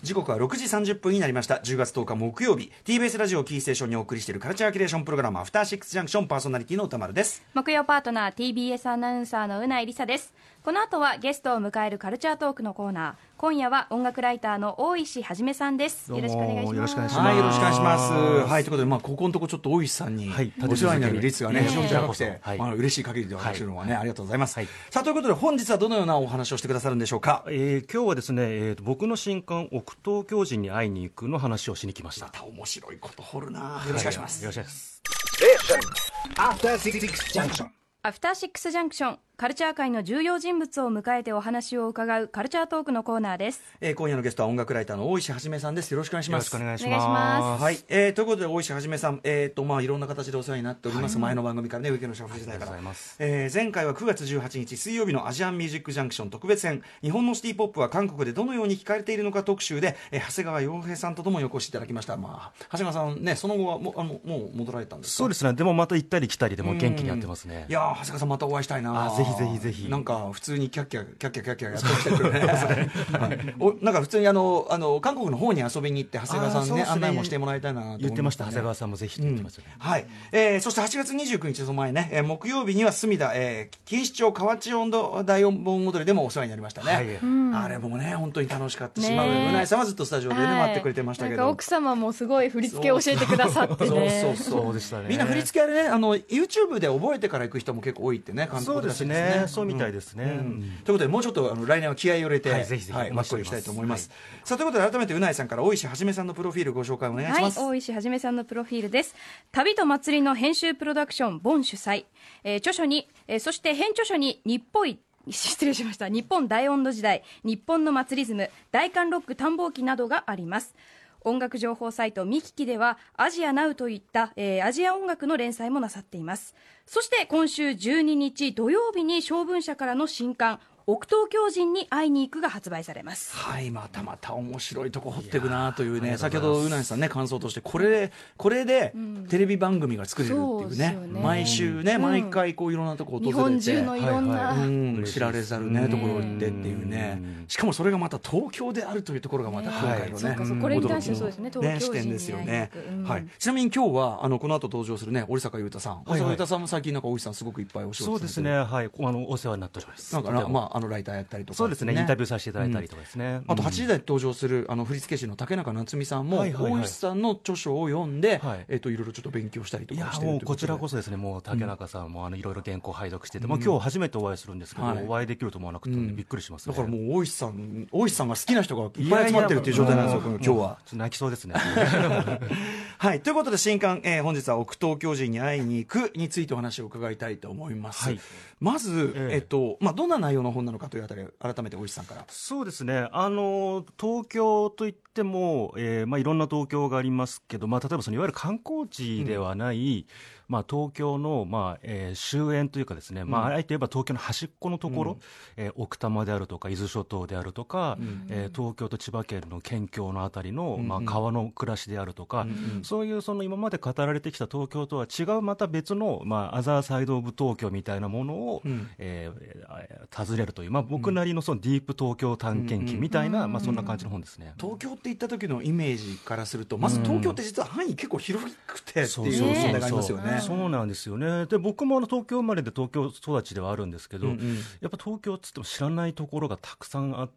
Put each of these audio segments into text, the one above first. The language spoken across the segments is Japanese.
時刻は6時30分になりました。10月10日木曜日、 TBS ラジオキーステーションにお送りしているカルチャーキュレーションプログラム、アフターシックスジャンクション、パーソナリティの歌丸です。 木曜パートナー TBS アナウンサーのうないりさです。この後はゲストを迎えるカルチャートークのコーナー。今夜は音楽ライターの大石はじめさんです。よろしくお願いします。 よろしくお願いします。 はい、よろしくお願いします。はい、ということで、ここのとこちょっと大石さんにお世話になる率がね、非常に高くて、嬉しい限りで私のはね、ありがとうございます。さあ、ということで本日はどのようなお話をしてくださるんでしょうか。 今日はですね、僕の新刊奥東京人に会いに行くの話をしに来ました。 また面白いこと掘るな。よろしくお願いします。 よろしくお願いします。 アフターシックスジャンクション。 アフターシックスジャンクション、カルチャー界の重要人物を迎えてお話を伺うカルチャートークのコーナーです。 今夜のゲストは音楽ライターの大石はじめさんです。よろしくお願いします。 よろしくお願いしお願いしま。 ますはい、ということで大石はじめさん、いろんな形でお世話になっております、前の番組からね、ウィークのシャッフル時代から。前回は9月18日水曜日のアジアンミュージックジャンクション特別編、日本のシティポップは韓国でどのように聴かれているのか特集で、長谷川洋平さんとともにお越しいただきました。長谷川さんね、その後はもう戻られたんですか。 そうですね。でもまた行ったり来たりでも元気にやってますね。 いや、長谷川さんまたお会いしたいな。 ぜひぜひぜひ。 なんか普通にキャッキャやってきてくるね。なんか普通に韓国の方に遊びに行って長谷川さんね、案内もしてもらいたいなと思って、ね、 言ってました。長谷川さんもぜひって言ってましたね。 はい。そして8月29日その前ね、木曜日には隅田、錦糸町河内音頭大音盆踊りでもお世話になりましたね。はい、あれもね本当に楽しかったし、うないさんはずっとスタジオでね、待ってくれてましたけど、 なんか奥様もすごい振り付けを教えてくださってね。 そうでしたね。 みんな振り付けあれね、YouTube で覚えてから行く人も結構多いってね、 そうですね。そうみたいですね。 ということでもうちょっと来年は気合いを入れて、 ぜひぜひマッコリしたいと思います。さあ、ということで改めてうないさんから大石はじめさんのプロフィールご紹介お願いします。 大石はじめさんのプロフィールです。旅と祭りの編集プロダクションボン主催、著書に、そして編著書に日本大音頭時代、日本の祭りズム、大韓ロック探訪記などがあります。音楽情報サイトミキキではアジアナウといった、アジア音楽の連載もなさっています。そして今週12日土曜日に小文社からの新刊奥東京人に会いに行くが発売されます。 はい、また面白いとこ掘っていくなというね、先ほどうなぎさんね、感想としてこれでテレビ番組が作れるっていうね、毎週ね、毎回こういろんなとこ訪れて、 日本中のいろんな、 知られざるねところに行ってっていうね、しかもそれがまた東京であるというところがまた今回のね、 これに関してそうですね、東京人にですよね。はい。ちなみに今日はこの後登場するね、織坂優太さん、織坂優太さんも最近なんか大石さんすごくいっぱいお仕事そうですね。はい、お世話になっております。 なんかライターやったりとか、 そうですね、インタビューさせていただいたりとかですね。 あと8時台に登場する振付師の竹中夏美さんも大石さんの著書を読んで、いろいろちょっと勉強したりとかしてるということで。 こちらこそですね、もう竹中さんもいろいろ原稿拝読してて、今日初めてお会いするんですけど、お会いできると思わなくてびっくりしますね。 だからもう大石さんが好きな人がいっぱい集まってるっていう状態なんですよ、今日は。 泣きそうですね。 はい、ということで新刊、本日は奥東京人に会いに行くについてお話を伺いたいと思います。まず、どんな内容の本なのかというあたり改めて大石さんから。 そうですね、東京といっても、いろんな東京がありますけど、例えばいわゆる観光地ではない、東京の、周辺というかですね、あえて言えば東京の端っこのところ、奥多摩であるとか伊豆諸島であるとか、東京と千葉県の県境のあたりの、川の暮らしであるとか、そういう今まで語られてきた東京とは違うまた別の、アザーサイドオブ東京みたいなものを、訪れるという、僕なりのディープ東京探検記みたいな、そんな感じの本ですね。 東京って言った時のイメージからすると、まず東京って実は範囲結構広くてっていう問題がありますよね。 そうなんですよね。で、僕も東京生まれで東京育ちではあるんですけど、やっぱ東京っつっても知らないところがたくさんあって、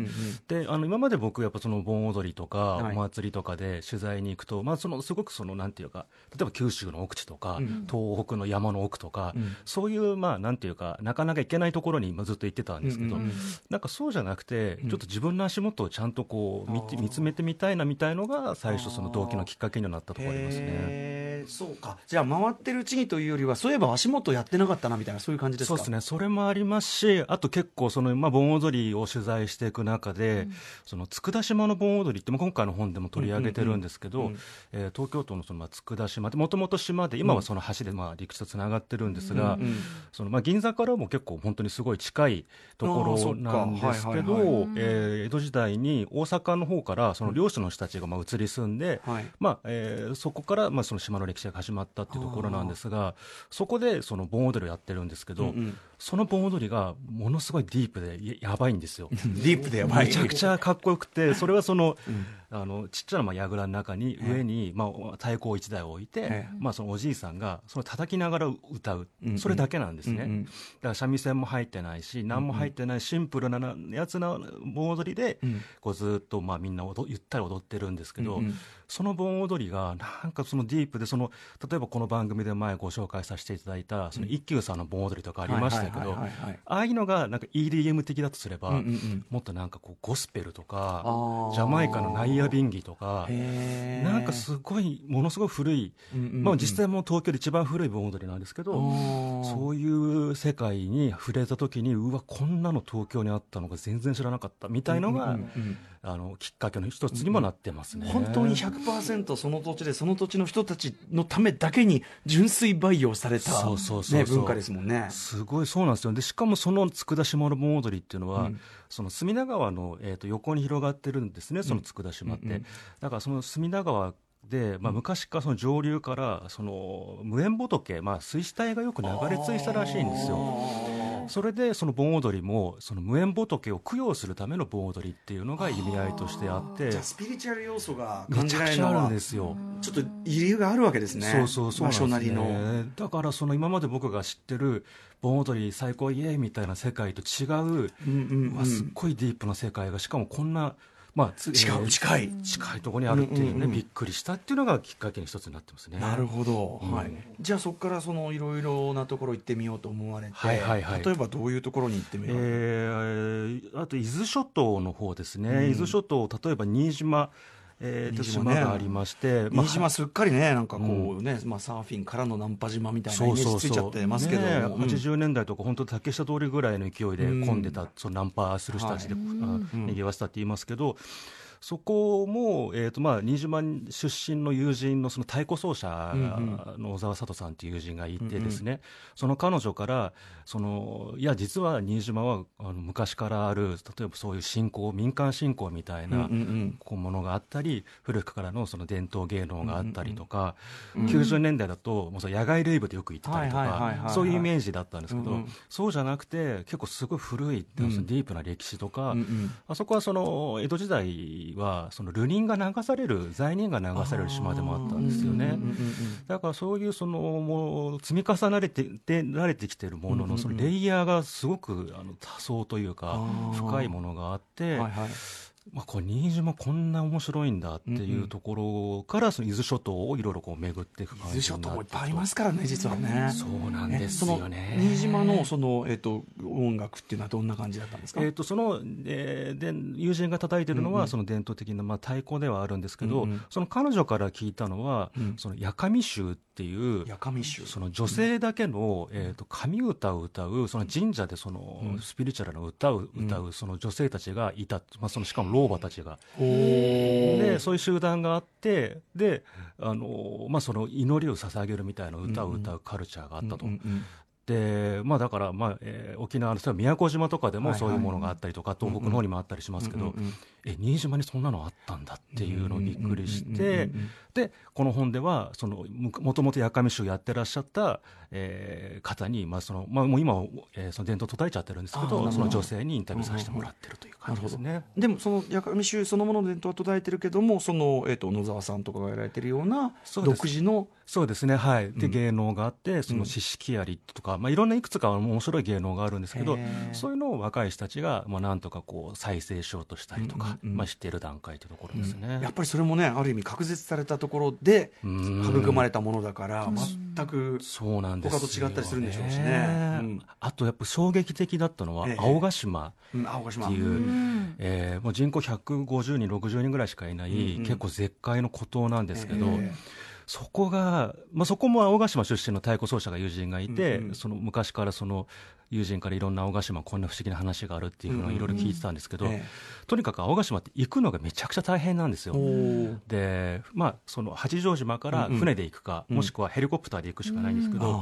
で、今まで僕やっぱ盆踊りとかお祭りとかで取材に行くと、すごくなんていうか、例えば九州の奥地とか、東北の山の奥とか、そういうなんていうか、なかなか行けないところにずっと行ってたんですけど、なんかそうじゃなくて、ちょっと自分の足元をちゃんと見つめてみたいなみたいのが最初動機のきっかけになったところありますね。 そうか。じゃあ回ってるうちにというよりは、そういえば足元やってなかったなみたいな、そういう感じですか。 そうですね、それもありますし、あと結構盆踊りを取材していく中で、佃島の盆踊りって今回の本でも取り上げてるんですけど、東京都の佃島でもともと島で、今は橋で陸地とつながってるんですが、銀座からも結構本当にすごい近いところなんですけど、江戸時代に大阪の方から漁師の人たちが移り住んで、そこから島の歴史が始まったっていうところなんですが、そこでその盆踊りをやってるんですけど、その盆踊りがものすごいディープでやばいんですよ。 ディープでやばい。 めちゃくちゃかっこよくて、それはその、ちっちゃな櫓の中に上に太鼓1台を置いて、そのおじいさんがその叩きながら歌う、それだけなんですね。だから三味線も入ってないし、何も入ってないシンプルなやつな盆踊りで、こうずっとみんなゆったり踊ってるんですけど、その盆踊りがなんかそのディープで、例えばこの番組で前ご紹介させていただいたその一休さんの盆踊りとかありましたけど、ああいうのがなんか EDM 的だとすれば、もっとなんかこうゴスペルとかジャマイカのナイアビンギとか、なんかすごいものすごい古い、実際も東京で一番古い盆踊りなんですけど、そういう世界に触れた時に、うわこんなの東京にあったのが全然知らなかったみたいのが、きっかけの一つにもなってますね。 本当に 100% その土地でその土地の人たちのためだけに純粋培養された文化ですもんね。 すごいそうなんですよ。でしかもその佃島の盆踊りっていうのは、その隅田川の、横に広がってるんですね、その佃島って。だからその隅田川で、昔からその上流からその無縁仏、水死体がよく流れ着いたらしいんですよ。それでその盆踊りもその無縁仏を供養するための盆踊りっていうのが意味合いとしてあって、 じゃあスピリチュアル要素がめちゃくちゃあるんですよ。 ちょっと理由があるわけですね。 そう場所なりの。だからその今まで僕が知ってる盆踊り最高イエーイみたいな世界と違う、すっごいディープな世界が、しかもこんな近いところにあるっていうね、びっくりしたっていうのがきっかけの一つになってますね。 なるほど、じゃあそこからそのいろいろなところ行ってみようと思われて、例えばどういうところに行ってみよう、 あと伊豆諸島の方ですね、伊豆諸島、例えば新島島がありまして、 新島すっかりね、なんかこうね、サーフィンからのナンパ島みたいなイメージついちゃってますけど、 80年代とか本当竹下通りぐらいの勢いで混んでた、そのナンパする人たちでにぎわせたって言いますけど、そこも、新島出身の友人のその太鼓奏者の小沢聡さんという友人がいてですね、その彼女からいや実は新島は昔からある、例えばそういう信仰、民間信仰みたいなものがあったり、古くからのその伝統芸能があったりとか、90年代だともう野外レイブでよく行ってたりとか、そういうイメージだったんですけど、そうじゃなくて結構すごい古いディープな歴史とか、あそこはその江戸時代はその流人が流される、罪人が流される島でもあったんですよね。だからそういうもう積み重ねられてきているもののそのレイヤーがすごく多層というか深いものがあって、これ新島こんな面白いんだっていうところから、その伊豆諸島をいろいろこう巡っていく感じになって、伊豆諸島もいっぱいありますからね、実はね。 そうなんですよね。 新島の音楽っていうのはどんな感じだったんですか？ で友人が叩いてるのはその伝統的な太鼓ではあるんですけど、その彼女から聞いたのは、その八上衆っていうその女性だけの神歌を歌う、その神社でそのスピリチュアルな歌を歌うその女性たちがいた、しかも老婆たちがで、そういう集団があって、でその祈りを捧げるみたいな歌を歌うカルチャーがあったと。でだから、沖縄の宮古島とかでもそういうものがあったりとか、東北の方にもあったりしますけど、新島にそんなのあったんだっていうのをびっくりして、でこの本ではもともと八上衆やってらっしゃった、方に、もう今は、その伝統途絶えちゃってるんですけど、その女性にインタビューさせてもらってるという感じですね。 でもその八上衆そのものの伝統は途絶えてるけども、野沢さんとかがやられてるような独自の、 そうですね、で芸能があって、その四式槍とか、いろんないくつか面白い芸能があるんですけど、そういうのを若い人たちがなんとかこう再生しようとしたりとか、している段階というところですね。 やっぱりそれもね、ある意味隔絶されたところで育まれたものだから、全く他と違ったりするんでしょうしね。 あとやっぱ衝撃的だったのは青ヶ島っていう、もう人口150人60人ぐらいしかいない、結構絶海の孤島なんですけど、そこも青ヶ島出身の太鼓奏者が友人がいて、その昔からその友人からいろんな青ヶ島こんな不思議な話があるっていうのをいろいろ聞いてたんですけど、とにかく青ヶ島って行くのがめちゃくちゃ大変なんですよ。でその八丈島から船で行くか、もしくはヘリコプターで行くしかないんですけど、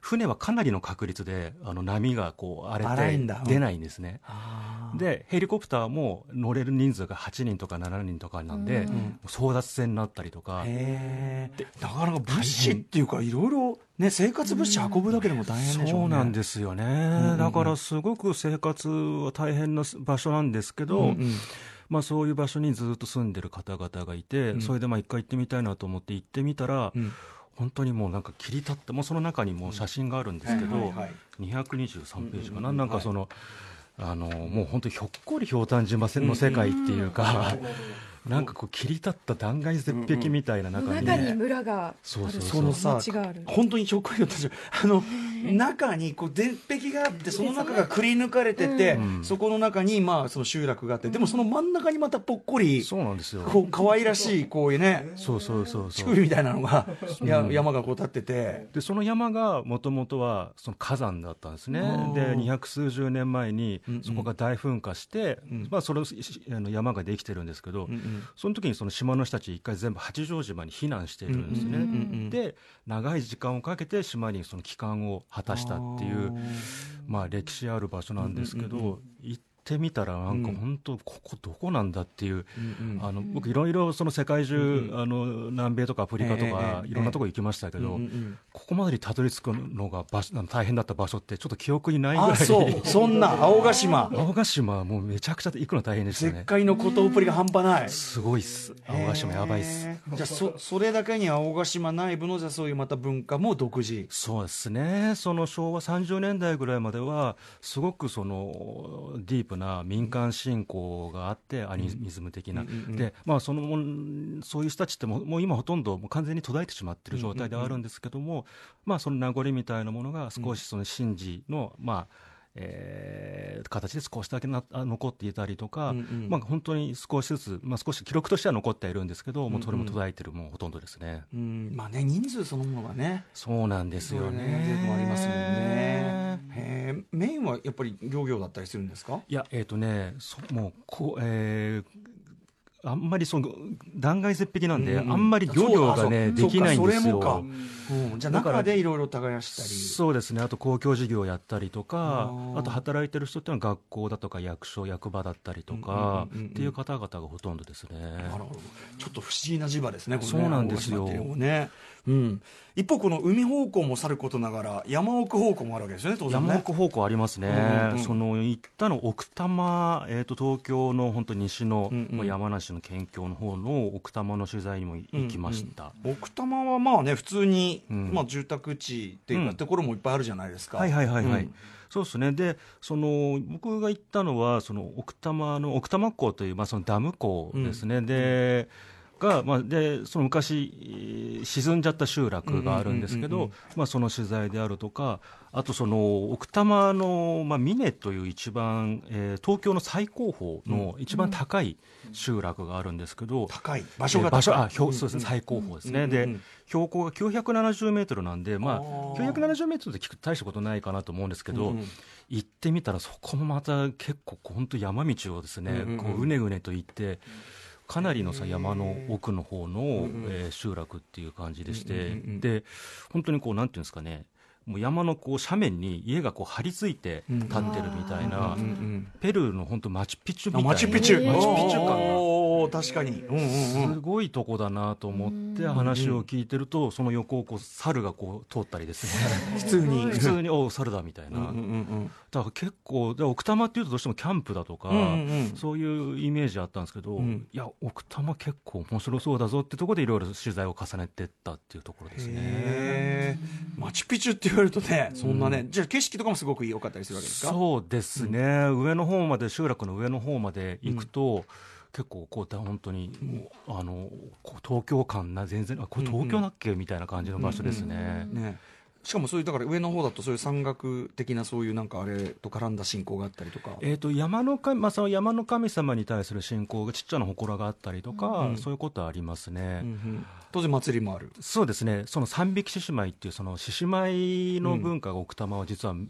船はかなりの確率で波がこう荒れて出ないんですね。でヘリコプターも乗れる人数が8人とか7人とかなんで、争奪戦になったりとか、 なかなか物資っていうかいろいろね、生活物資運ぶだけでも大変でしょうね。 そうなんですよね、だからすごく生活は大変な場所なんですけど、まあ、そういう場所にずっと住んでる方々がいて、それでまあ一回行ってみたいなと思って行ってみたら、本当にもうなんか切り立ってもうその中にも写真があるんですけど、223ページかな、なんかもう本当にひょっこりひょうたん島の世界っていうか、なんかこう切り立った断崖絶壁みたいな中に村がある、 そのさ、本当にひょっこりひょうたん島、中にこう絶壁があって、その中がくり抜かれてて、そこの中にまあその集落があって、でもその真ん中にまたぽっこり、 そうなんですよ、 こう可愛らしいこういうね、乳首みたいなのが山がこう立ってて、 でその山がもともとはその火山だったんですね。で200数十年前にそこが大噴火して、まあそれ山ができてるんですけど、その時にその島の人たち一回全部八丈島に避難しているんですね。で長い時間をかけて島にその帰還を果たしたっていう、まあ、歴史ある場所なんですけど、行ってみたらなんか本当ここどこなんだっていう、僕いろいろその世界中、南米とかアフリカとかいろんなところ行きましたけど、ここまでにたどり着くのが大変だった場所ってちょっと記憶にないぐらい。 そんな青ヶ島はもうめちゃくちゃ行くの大変でしたね。 絶海のことぶりが半端ない。 すごいっす、青ヶ島やばいっす。 じゃあそれだけに青ヶ島内部のじゃそういうまた文化も独自。 そうですね、その昭和30年代ぐらいまではすごくそのディープな民間信仰があって、アニミズム的な、で、まあ、そういう人たちってもう今ほとんどもう完全に途絶えてしまっている状態ではあるんですけども、まあ、その名残みたいなものが少しその神事の、まあ形で少しだけ残っていたりとか、まあ、本当に少しずつ、まあ、少し記録としては残っているんですけど、もうそれも途絶えているもうほとんどですね。 まあね、人数そのものがね、 そうなんですよね。 ありますもんね。メインはやっぱり漁業だったりするんですか？ いや、もうあんまりその断崖絶壁なんで、あんまり漁業がねできないんですよ。 じゃあ中でいろいろ耕したり。 そうですね、あと公共事業をやったりとか、あと働いてる人っていうのは学校だとか役所役場だったりとかっていう方々がほとんどですね。 なるほど、ちょっと不思議な地場ですね。 そうなんですよ。 一方この海方向もさることながら山奥方向もあるわけですよね、当然ね。 山奥方向ありますね。その行ったの奥多摩、東京の本当西の、山梨の県境の方の奥多摩の取材にも行きました。 奥多摩はまあね普通に、まあ、住宅地っていうか、ところもいっぱいあるじゃないですか。 そうですね。で、僕が行ったのはその奥多摩港という、まあ、そのダム港ですね。でその昔沈んじゃった集落があるんですけど、まあ、その取材であるとか、あとその奥多摩の、峰という一番、東京の最高峰の一番高い集落があるんですけど、 高い場所が高い、 そうですね、最高峰ですね。で標高が970メートルなんで、まあ、970メートルで聞くと大したことないかなと思うんですけど、行ってみたらそこもまた結構本当山道をですね、こううねうねと行って、かなりの山の奥の方の、集落っていう感じでして、で本当にこうなんていうんですかね、もう山のこう斜面に家がこう張り付いて立ってるみたいな、ペルーの本当マチュピチュみたいな、マチュピチュ感が確かに、 すごいとこだなと思って話を聞いてると、その横をこう猿がこう通ったりですね普通におう猿だみたいな、だから結構奥多摩っていうとどうしてもキャンプだとか、そういうイメージあったんですけど、いや奥多摩結構面白そうだぞってところでいろいろ取材を重ねていったっていうところですね。 マチュピチュって言われるとね、そんなね、じゃあ景色とかもすごく良かったりするわけですか？ そうですね、上の方まで、集落の上の方まで行くと、結構こう本当に、東京感な、全然これ東京だっけ、みたいな感じの場所ですね。 しかもそういうだから上の方だとそういう山岳的なそういうなんかあれと絡んだ信仰があったりとか、 山の神、その山の神様に対する信仰がちっちゃな祠があったりとか、そういうことはありますね。 当然祭りもある。 そうですね、その三匹獅子舞っていうその獅子舞の文化が奥多摩は実は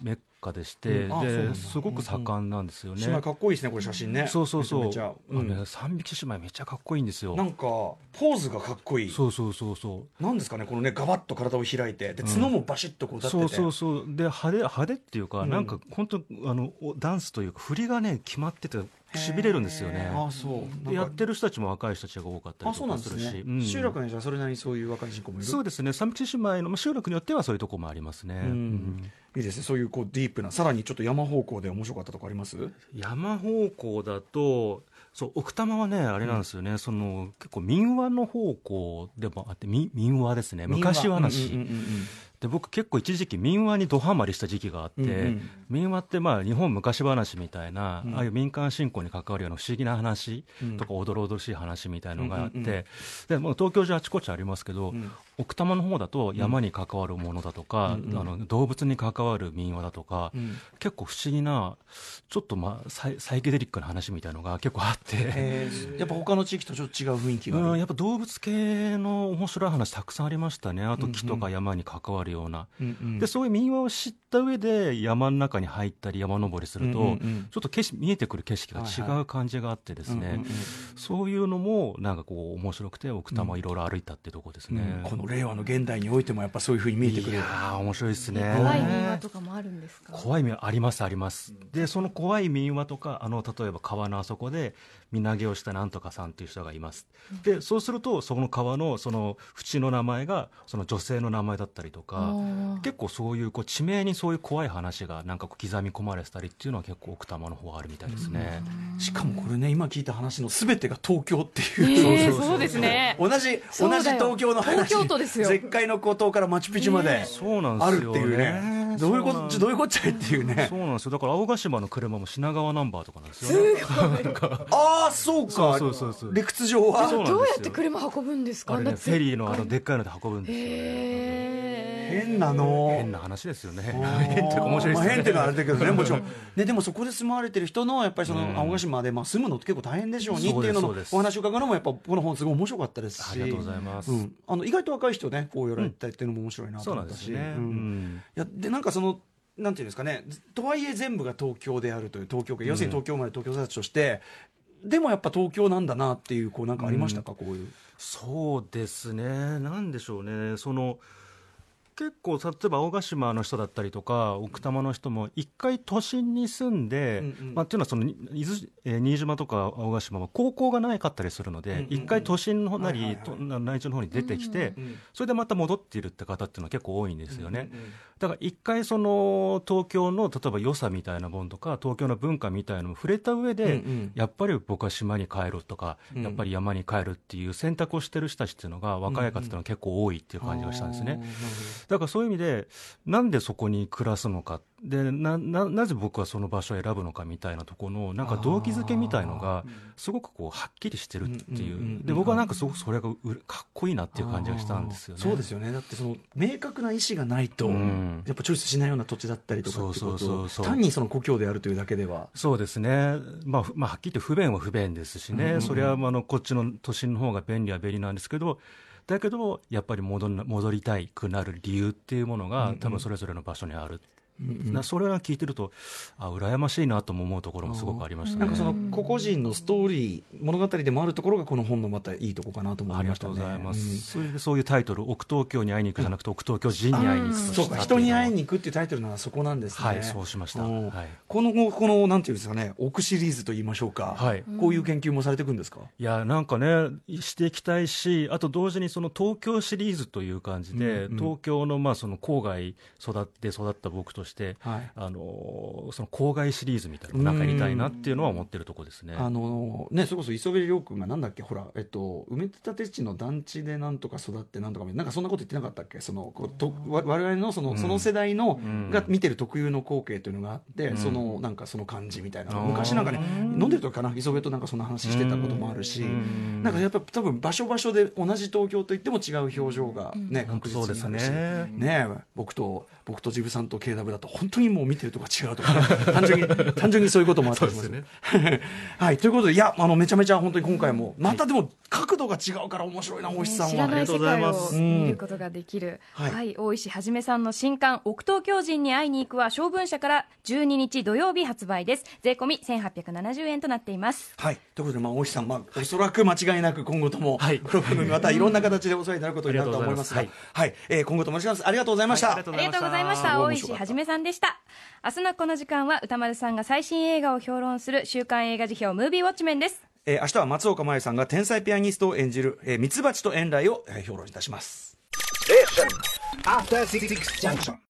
家でして、ですごく盛んなんですよね。 姉妹かっこいいですね、これ写真ね。 そうそうそう、 めちゃめちゃ、 三匹姉妹めっちゃかっこいいんですよ。 なんかポーズがかっこいい。 そうそうそうそう、 なんですかね、このねガバッと体を開いて、で角もバシッとこう立ってて、 そうそうそう、で派手っていうか、なんか本当ダンスというか振りがね決まっててしびれるんですよね。 あ、そうでやってる人たちも若い人たちが多かったりとかするし、 集落にじゃそれなりにそういう若い人口もいる。 そうですね、三匹姉妹の集落によってはそういうところもありますね。 いいですね、そういうこうディープな、さらにちょっと山方向で面白かったとこあります？ 山方向だと、そう奥多摩はねあれなんですよね、その結構民話の方向でもあって、民話ですね、昔話で、僕結構一時期民話にドハマりした時期があって、民話ってまあ日本昔話みたいな、ああいう民間信仰に関わるような不思議な話とか、おどろおどろしい話みたいのがあって、でもう東京中あちこちありますけど、奥多摩の方だと山に関わるものだとか、動物に関わる民話だとか、結構不思議なちょっとサイケデリックな話みたいのが結構あって、 やっぱ他の地域とちょっと違う雰囲気がある。 やっぱ動物系の面白い話たくさんありましたね。あと木とか山に関わるような、でそういう民話を知った上で山の中に入ったり山登りすると、ちょっと見えてくる景色が違う感じがあってですね、そういうのもなんかこう面白くて、奥多摩いろいろ歩いたってとこですね。 この令和の現代においてもやっぱそういうふうに見えてくる。 いや面白いですね。 怖い民話とかもあるんですか？ 怖い民話ありますあります。でその怖い民話とか、例えば川のあそこで身投げをしたなんとかさんっていう人がいます。でそうするとその川のその淵の名前がその女性の名前だったりとか、結構そういう地名にそういう怖い話がなんか刻み込まれてたりっていうのは結構奥多摩の方はあるみたいですね。 しかもこれね、今聞いた話の全てが東京っていう、 そうですね、 同じ東京の話、 東京都ですよ。 絶海の孤島からマチュピチュまであるっていうね、どういうこっちゃいっていうね。 そうなんですよ。だから青ヶ島の車も品川ナンバーとかなんですよね。 ああそうか、理屈上はどうやって車運ぶんですか？ あれね、フェリーのでっかいので運ぶんですよ。 変な話ですよね。変っていうか面白いですね。 変っていうのはあれだけどね、もちろんね。でもそこで住まわれてる人のやっぱりその青ヶ島で住むのって結構大変でしょうにっていうののお話を伺うのもやっぱこの本すごい面白かったですし、 ありがとうございます。 意外と若い人ねこうやられたりっていうのも面白いなと思ったし、いやでなんかそのなんていうんですかね、とはいえ全部が東京であるという東京、要するに東京生まれ東京育ちとして、でもやっぱ東京なんだなっていうこうなんかありましたか、こういう。 そうですね、なんでしょうね、その結構例えば青ヶ島の人だったりとか奥多摩の人も一回都心に住んで、っていうのはその新島とか青ヶ島は高校がなかったりするので、一回都心のなり内地の方に出てきて、それでまた戻っているって方っていうのは結構多いんですよね。だから一回その東京の例えば良さみたいなものとか東京の文化みたいなのも触れた上で、やっぱり僕は島に帰るとか、やっぱり山に帰るっていう選択をしてる人たちっていうのが若い方っていうのは結構多いっていう感じがしたんですね。だからそういう意味でなんでそこに暮らすのかで なぜ僕はその場所を選ぶのかみたいなところのなんか動機づけみたいのがすごくこうはっきりしてるっていう、で僕はなんかすごくそれがかっこいいなっていう感じがしたんですよね。 そうですよね。だってその明確な意思がないと、やっぱチョイスしないような土地だったりとかってことを単にその故郷であるというだけでは。 そうですね、はっきり言って不便は不便ですしね、それはこっちの都心の方が便利は便利なんですけど、だけどやっぱり戻りたいくなる理由っていうものが多分それぞれの場所にある。それは聞いてると羨ましいなとも思うところもすごくありましたね。 なんかその個々人のストーリー物語でもあるところがこの本のまたいいところかなと思いましたね。 ありがとうございます。そういうタイトル、奥東京に会いに行くじゃなくて、奥東京人に会いに行く、 そうか、人に会いに行くっていうタイトルならそこなんですね。 はい、そうしました。 このなんていうんですかね、奥シリーズと言いましょうか、こういう研究もされていくんですか？ いやなんかねしていきたいし、あと同時にその東京シリーズという感じで、東京のその郊外で育った僕として、その郊外シリーズみたいなのをなんかやりたいなっていうのは思ってるところですね。 それこそ磯部亮君がなんだっけ、ほら、埋め立て地の団地でなんとか育ってなんとかなんかそんなこと言ってなかったっけ？我々のその世代のが見てる特有の光景というのがあって、なんかその感じみたいな、昔なんかね飲んでる時かな、磯部となんかそんな話してたこともあるし、なんかやっぱ多分場所で同じ東京といっても違う表情がね確実にあるしね。僕とジブさんと KW だと本当にもう見てるとこ違うとか、単純にそういうこともあったりしますね。はい、ということで、いやめちゃめちゃ本当に今回もまたでも角度が違うから面白いな、大石さんは。 知らない世界を見ることができる、はい、大石はじめさんの新刊「奥東京人に会いに行く」は小文社から12日土曜日発売です。税込み1870円となっています。 はい、ということで、大石さん、おそらく間違いなく今後とも、この番組またいろんな形でお世話になることになると思いますが、今後ともお願いします。ありがとうございました。 ありがとうございました。大石はじめさんでした。明日のこの時間は歌丸さんが最新映画を評論する週刊映画辞表ムービーウォッチメンです。 明日は松岡茉優さんが天才ピアニストを演じるミツバチと遠雷を評論いたします。